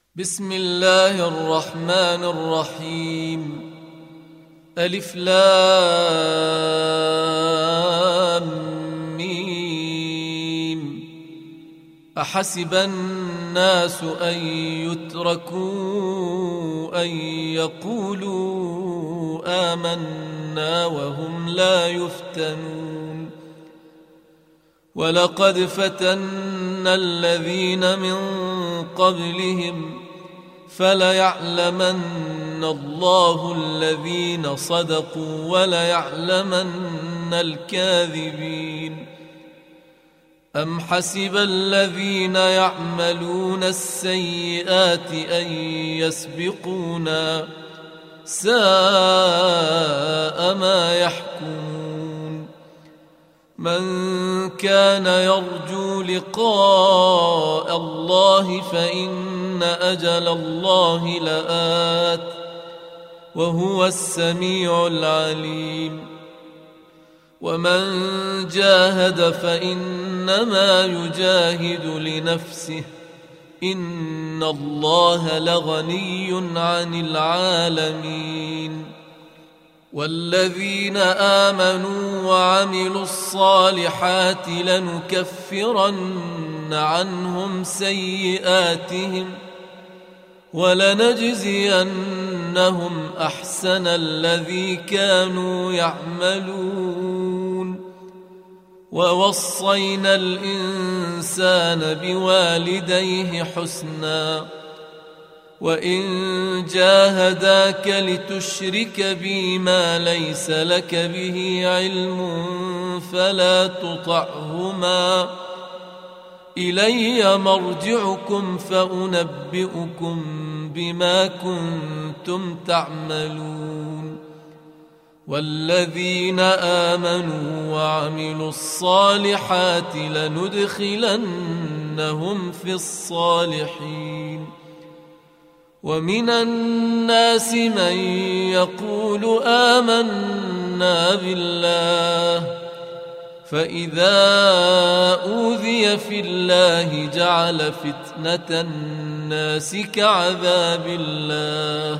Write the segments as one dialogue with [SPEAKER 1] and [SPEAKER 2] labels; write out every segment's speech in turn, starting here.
[SPEAKER 1] بسم الله الرحمن الرحيم. ألف لام ميم. أحسب الناس أن يتركوا أن يقولوا آمنا وهم لا يفتنون. ولقد فتنا الذين من قبلهم فليعلمن الله الذين صدقوا وليعلمن الكاذبين. أم حسب الذين يعملون السيئات أن يسبقونا ساء ما يحكمون. من كان يرجو لقاء الله فإن أجل الله لآت وهو السميع العليم. ومن جاهد فإنما يجاهد لنفسه إن الله لغني عن العالمين. والذين آمنوا وعملوا الصالحات لنكفرن عنهم سيئاتهم ولنجزينهم أحسن الذي كانوا يعملون. ووصينا الإنسان بوالديه حسنا وإن جاهداك لتشرك بي ما ليس لك به علم فلا تطعهما إلي مرجعكم فأنبئكم بما كنتم تعملون. والذين آمنوا وعملوا الصالحات لندخلنهم في الصالحين. ومن الناس من يقول آمنا بالله فإذا أوذي في الله جعل فتنة الناس كعذاب الله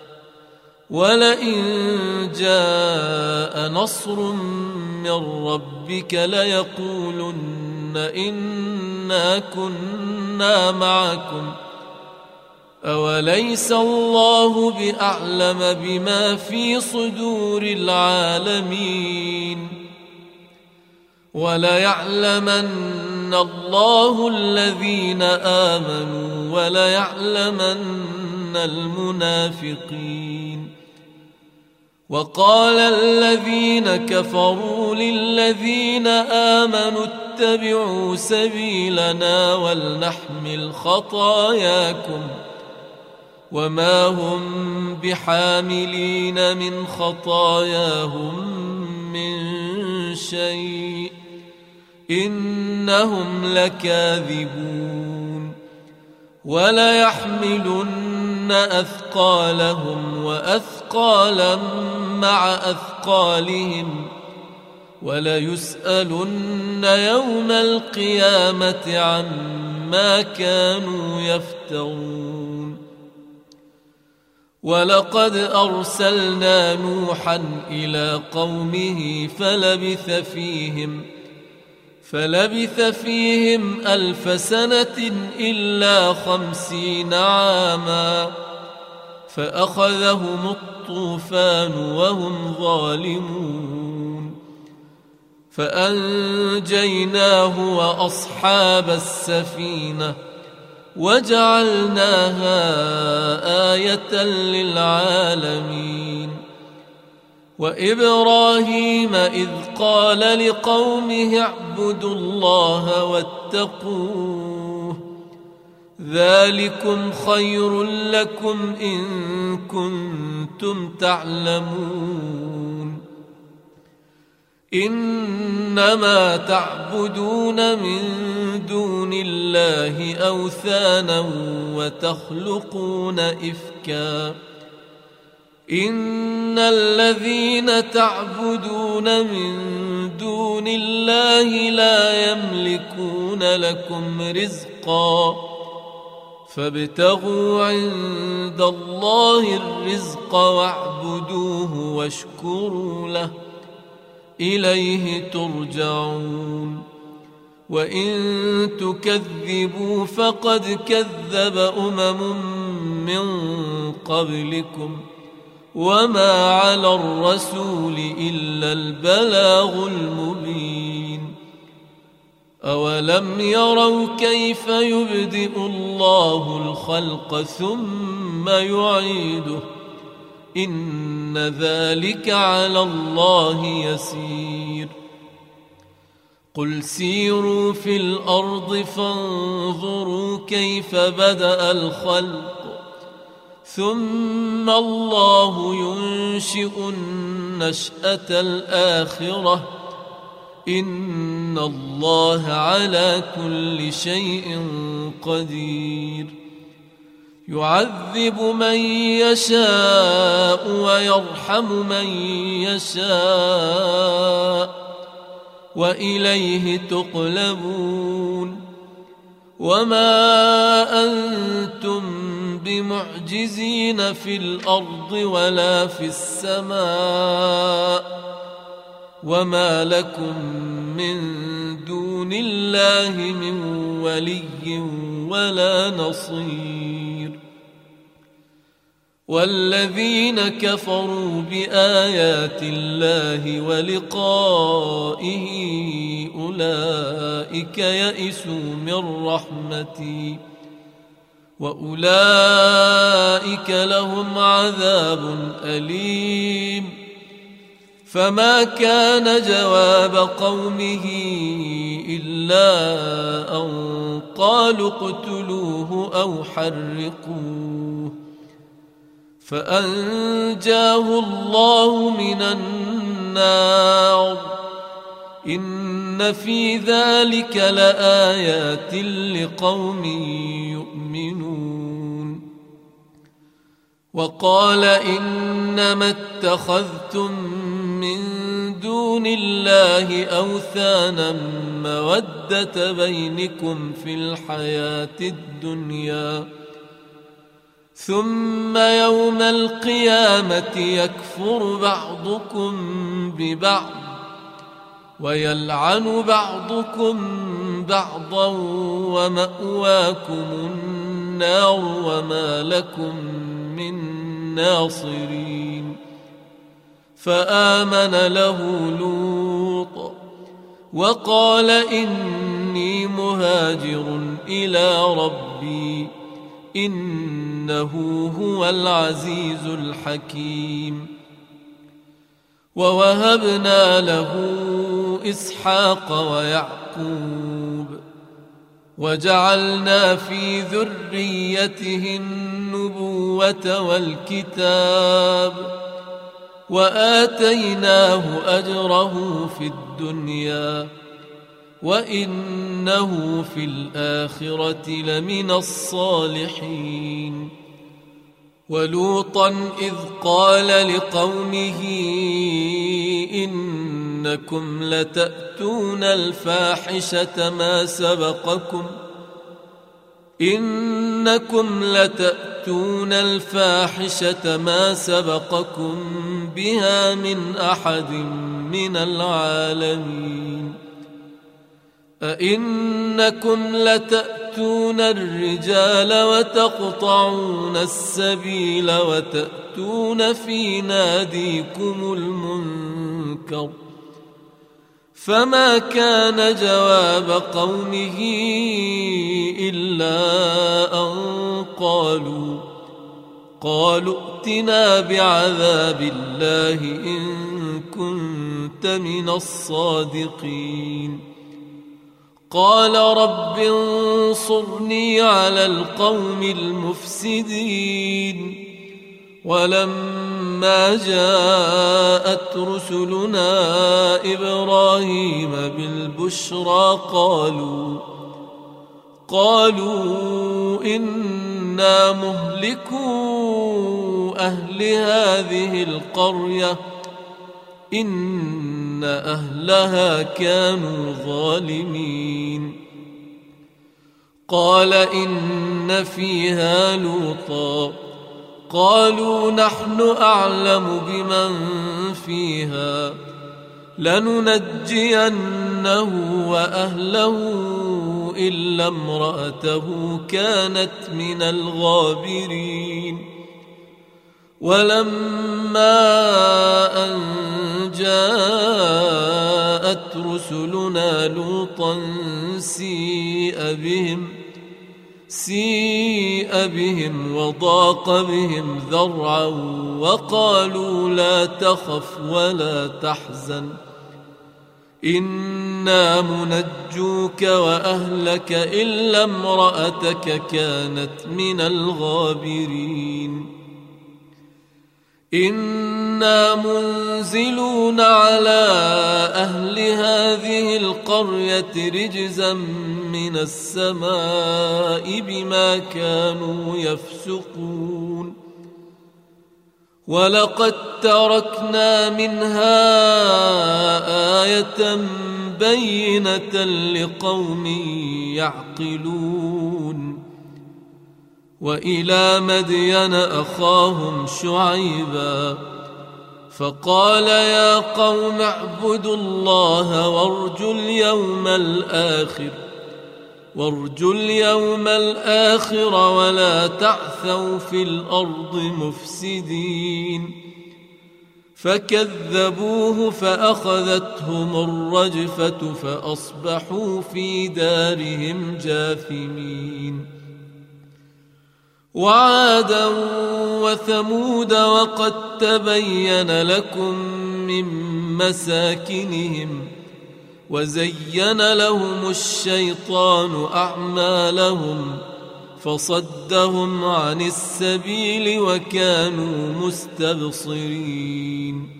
[SPEAKER 1] ولئن جاء نصر من ربك ليقولن إنا كنا معكم أوليس الله بأعلم بما في صدور العالمين. وليعلمن الله الذين آمنوا وليعلمن المنافقين. وقال الذين كفروا للذين آمنوا اتبعوا سبيلنا ولنحمل خطاياكم وما هم بحاملين من خطاياهم من شيء إنهم لكاذبون. وليحملن أثقالهم وأثقالا مع أثقالهم وليسألن يوم القيامة عما كانوا يفترون. ولقد أرسلنا نوحا إلى قومه فلبث فيهم 1000 سنة إلا 50 عاما فأخذهم الطوفان وهم ظالمون. فأنجيناه وأصحاب السفينة وجعلناها آية للعالمين. وإبراهيم إذ قال لقومه اعبدوا الله واتقوه ذلكم خير لكم إن كنتم تعلمون. إنما تعبدون من دون الله أوثانا وتخلقون إفكا إن الذين تعبدون من دون الله لا يملكون لكم رزقا فابتغوا عند الله الرزق واعبدوه واشكروا له إليه ترجعون وإن تكذبوا فقد كذب من قبلكم وما على الرسول إلا البلاغ المبين أولم يروا كيف يبدئ الله الخلق ثم يعيده إن ذلك على الله يسير قل سيروا في الأرض فانظروا كيف بدأ الخلق ثم الله ينشئ النشأة الآخرة إن الله على كل شيء قدير يعذب من يشاء ويرحم من يشاء وإليه تقلبون وما أنتم بمعجزين في الأرض ولا في السماء وما لكم من دون الله من ولي ولا نصير والذين كفروا بآيات الله ولقائه أولئك يئسوا من رحمتي وأولئك لهم عذاب أليم فما كان جواب قومه إلا أن قالوا اقتلوه أو حرقوه فأنجاه الله من النار إن في ذلك لآيات لقوم يؤمنون وقال إنما اتخذتم من دون الله أوثانا مودة بينكم في الحياة الدنيا ثم يوم القيامة يكفر بعضكم ببعض ويلعن بعضكم بعضا ومأواكم النار وما لكم من ناصرين فآمن له لوط وقال إني مهاجر إلى ربي إنه هو العزيز الحكيم ووهبنا له إسحاق ويعقوب وجعلنا في ذريته النبوة والكتاب وآتيناه أجره في الدنيا وإنه في الآخرة لمن الصالحين ولوطا إذ قال لقومه إنكم لتأتون الفاحشة ما سبقكم بها من أحد من العالمين أئنكم لتأتون الرجال وتقطعون السبيل وتأتون في ناديكم المنكر فما كان جواب قومه إلا أن قالوا ائتنا بعذاب الله إن كنت من الصادقين قال رب انصرني على القوم المفسدين ولما جاءت رسلنا إبراهيم بالبشرى قالوا إنا مهلكو أهل هذه القرية إن أهلها كانوا ظالمين قال إن فيها لوطا قالوا نحن أعلم بمن فيها لننجينه وأهله إلا امرأته كانت من الغابرين ولما أن جاءت رسلنا لوطا سيء بهم وضاق بهم ذرعا وقالوا لا تخف ولا تحزن إنا منجوك وأهلك إلا امرأتك كانت من الغابرين إنا منزلون على أهل هذه القرية رجزا من السماء بما كانوا يفسقون ولقد تركنا منها آية بينة لقوم يعقلون وإلى مدين أخاهم شعيبا فقال يا قوم اعبدوا الله وارجوا اليوم الآخر ولا تعثوا في الأرض مفسدين فكذبوه فأخذتهم الرجفة فأصبحوا في دارهم جاثمين وعادا وثمود وقد تبين لكم من مساكنهم وزين لهم الشيطان أعمالهم فصدهم عن السبيل وكانوا مستبصرين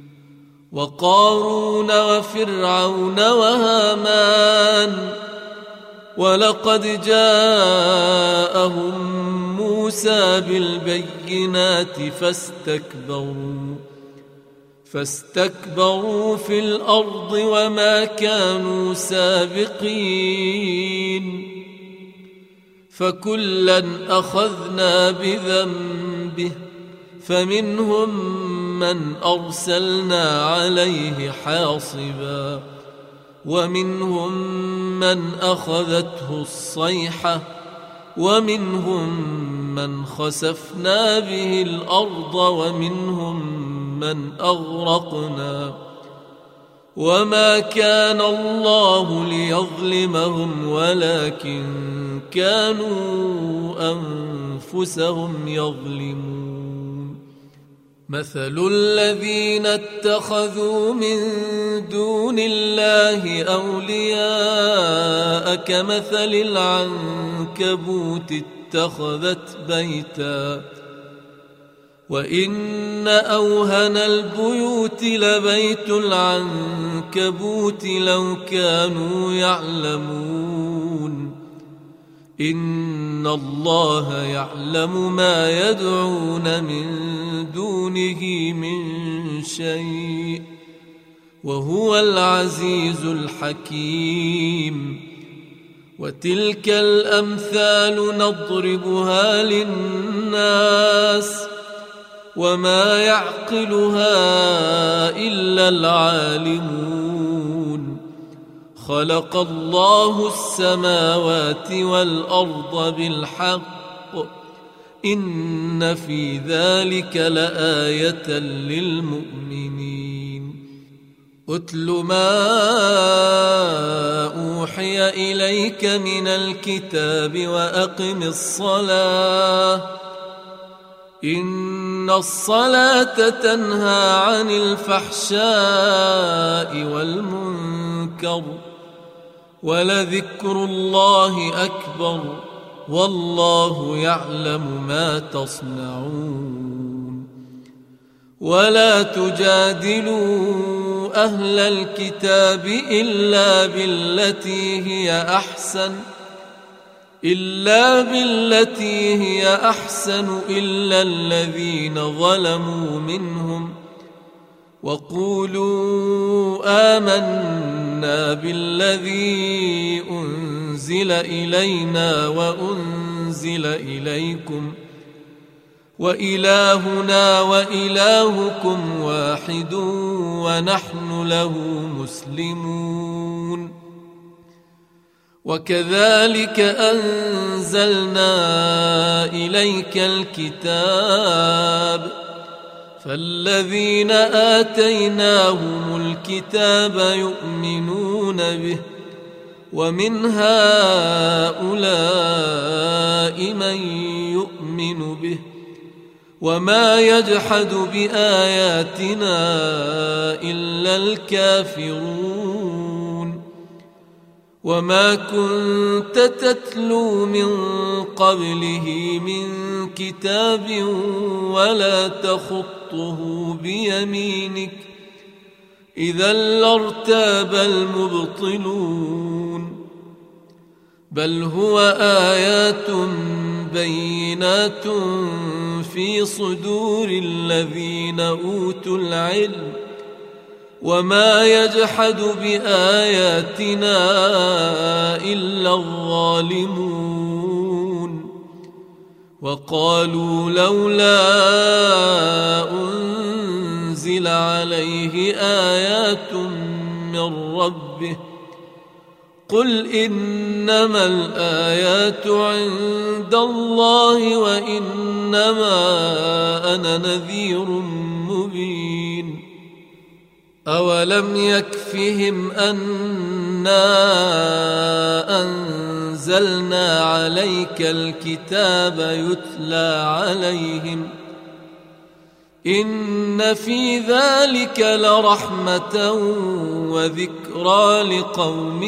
[SPEAKER 1] وقارون وفرعون وهامان ولقد جاءهم موسى بالبينات فاستكبروا في الأرض وما كانوا سابقين فكلا أخذنا بذنبه فمنهم من أرسلنا عليه حاصبا ومنهم من أخذته الصيحة ومنهم من خسفنا به الأرض ومنهم من أغرقنا وما كان الله ليظلمهم ولكن كانوا أنفسهم يظلمون مثل الذين اتخذوا من دون الله أولياء كمثل العنكبوت اتخذت بيتا وإن أوهن البيوت لبيت العنكبوت لو كانوا يعلمون إن الله يعلم ما يدعون من دونه من شيء وهو العزيز الحكيم وتلك الأمثال نضربها للناس وما يعقلها إلا العالمون خلق الله السماوات والأرض بالحق إن في ذلك لآية للمؤمنين أتل ما أوحي إليك من الكتاب وأقم الصلاة إن الصلاة تنهى عن الفحشاء والمنكر ولذكر الله أكبر والله يعلم ما تصنعون ولا تجادلوا أهل الكتاب إلا بالتي هي أحسن إلا الذين ظلموا منهم وقولوا آمنا بالذي أنزل أنزل إلينا وأنزل إليكم وإلهنا وإلهكم واحد ونحن له مسلمون. وكذلك أنزلنا إليك الكتاب فالذين آتيناهم الكتاب يؤمنون به ومن هؤلاء من يؤمن به وما يجحد بآياتنا إلا الكافرون. وما كنت تتلو من قبله من كتاب ولا تخطه بيمينك إذا لارتاب المبطلون. بل هو آيات بينات في صدور الذين أوتوا العلم وما يجحد بآياتنا إلا الظالمون. وقالوا لولا أنزل عليه آيات من ربه قل إنما الآيات عند الله وإنما أنا نذير مبين. أولم يكفهم أنا أنزلنا عليك الكتاب يتلى عليهم إن في ذلك لرحمة وذكرى لقوم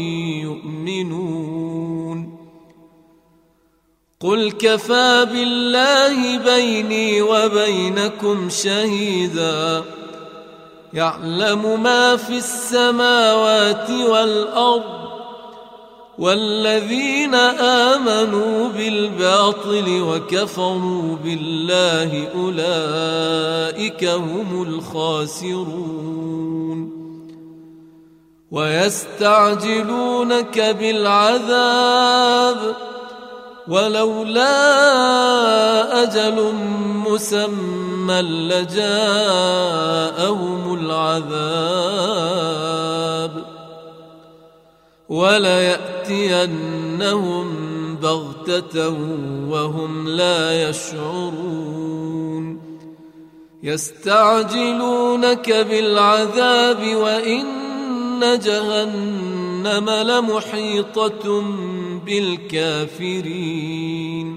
[SPEAKER 1] يؤمنون. قل كفى بالله بيني وبينكم شهيدا يعلم ما في السماوات والأرض والذين آمنوا بالباطل وكفروا بالله أولئك هم الخاسرون. ويستعجلونك بالعذاب ولولا أجل مسمى لجاءهم العذاب وليأتينهم بغتة وهم لا يشعرون. يستعجلونك بالعذاب وإن جهنم لمحيطة بالكافرين.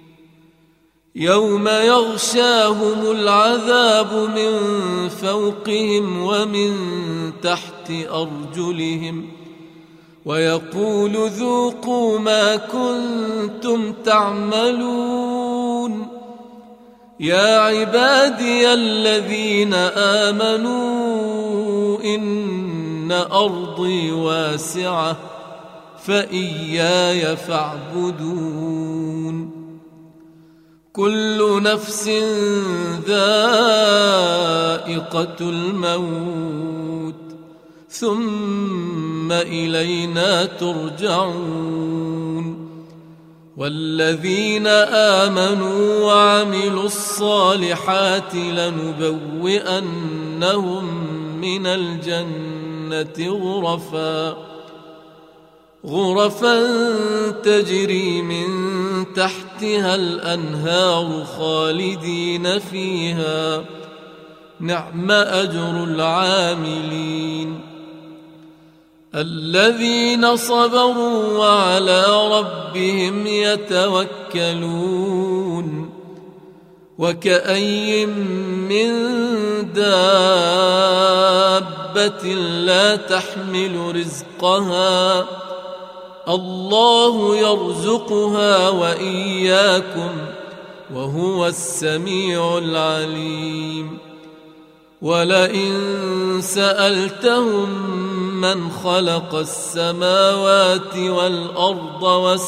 [SPEAKER 1] يوم يغشاهم العذاب من فوقهم ومن تحت أرجلهم ويقول ذوقوا ما كنتم تعملون. يا عبادي الذين آمنوا إن أرضي واسعة فإياي فاعبدون. كل نفس ذائقة الموت ثم إلينا ترجعون. والذين آمنوا وعملوا الصالحات لنبوئنهم من الجنة غرفا تجري من تحتها الأنهار خالدين فيها نعم أجر العاملين. الذين صبروا وعلى ربهم يتوكلون. وكأي من دابة لا تحمل رزقها الله يرزقها وإياكم وهو السميع العليم. ولئن سألتهم من خلق السماوات والأرض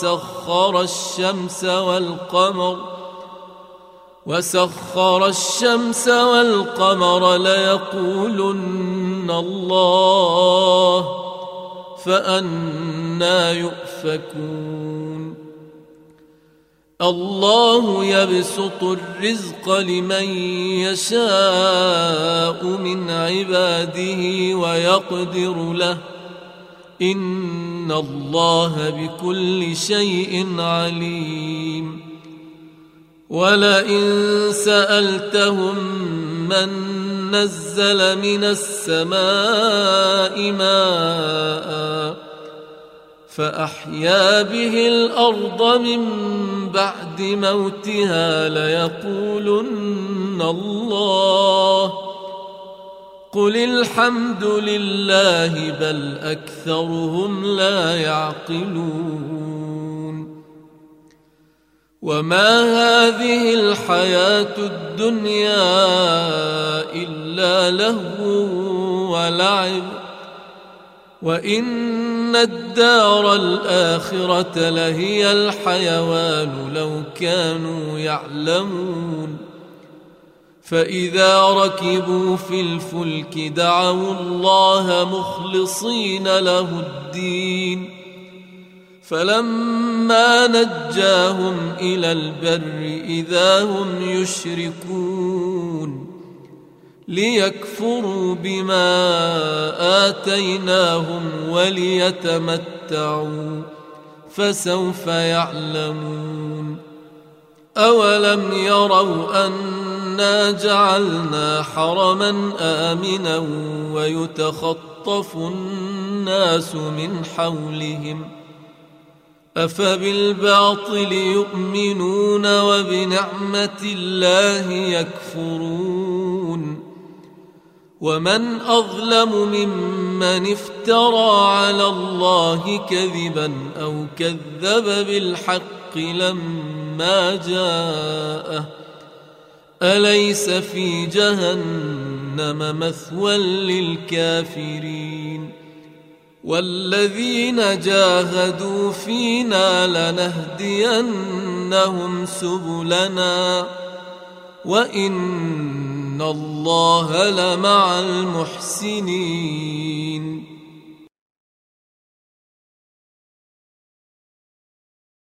[SPEAKER 1] وسخر الشمس والقمر ليقولن الله فأنى يؤفكون الله يبسط الرزق لمن يشاء من عباده ويقدر له إن الله بكل شيء عليم ولئن سألتهم من نزل من السماء ماء فأحيا به الأرض من بعد موتها ليقولن الله قل الحمد لله بل أكثرهم لا يعقلون وما هذه الحياة الدنيا إلا لهو ولعب وإن الدار الآخرة لهي الحيوان لو كانوا يعلمون فإذا ركبوا في الفلك دعوا الله مخلصين له الدين فلما نجاهم إلى البر إذا هم يشركون ليكفروا بما آتيناهم وليتمتعوا فسوف يعلمون أولم يروا أنا جعلنا حرما آمنا ويتخطف الناس من حولهم أفبالباطل يؤمنون وبنعمة الله يكفرون ومن أظلم ممن افترى على الله كذبا أو كذب بالحق لما جاءه أليس في جهنم مثوى للكافرين والذين جاهدوا فينا لنهدينهم سبلنا وإن الله لمع المحسنين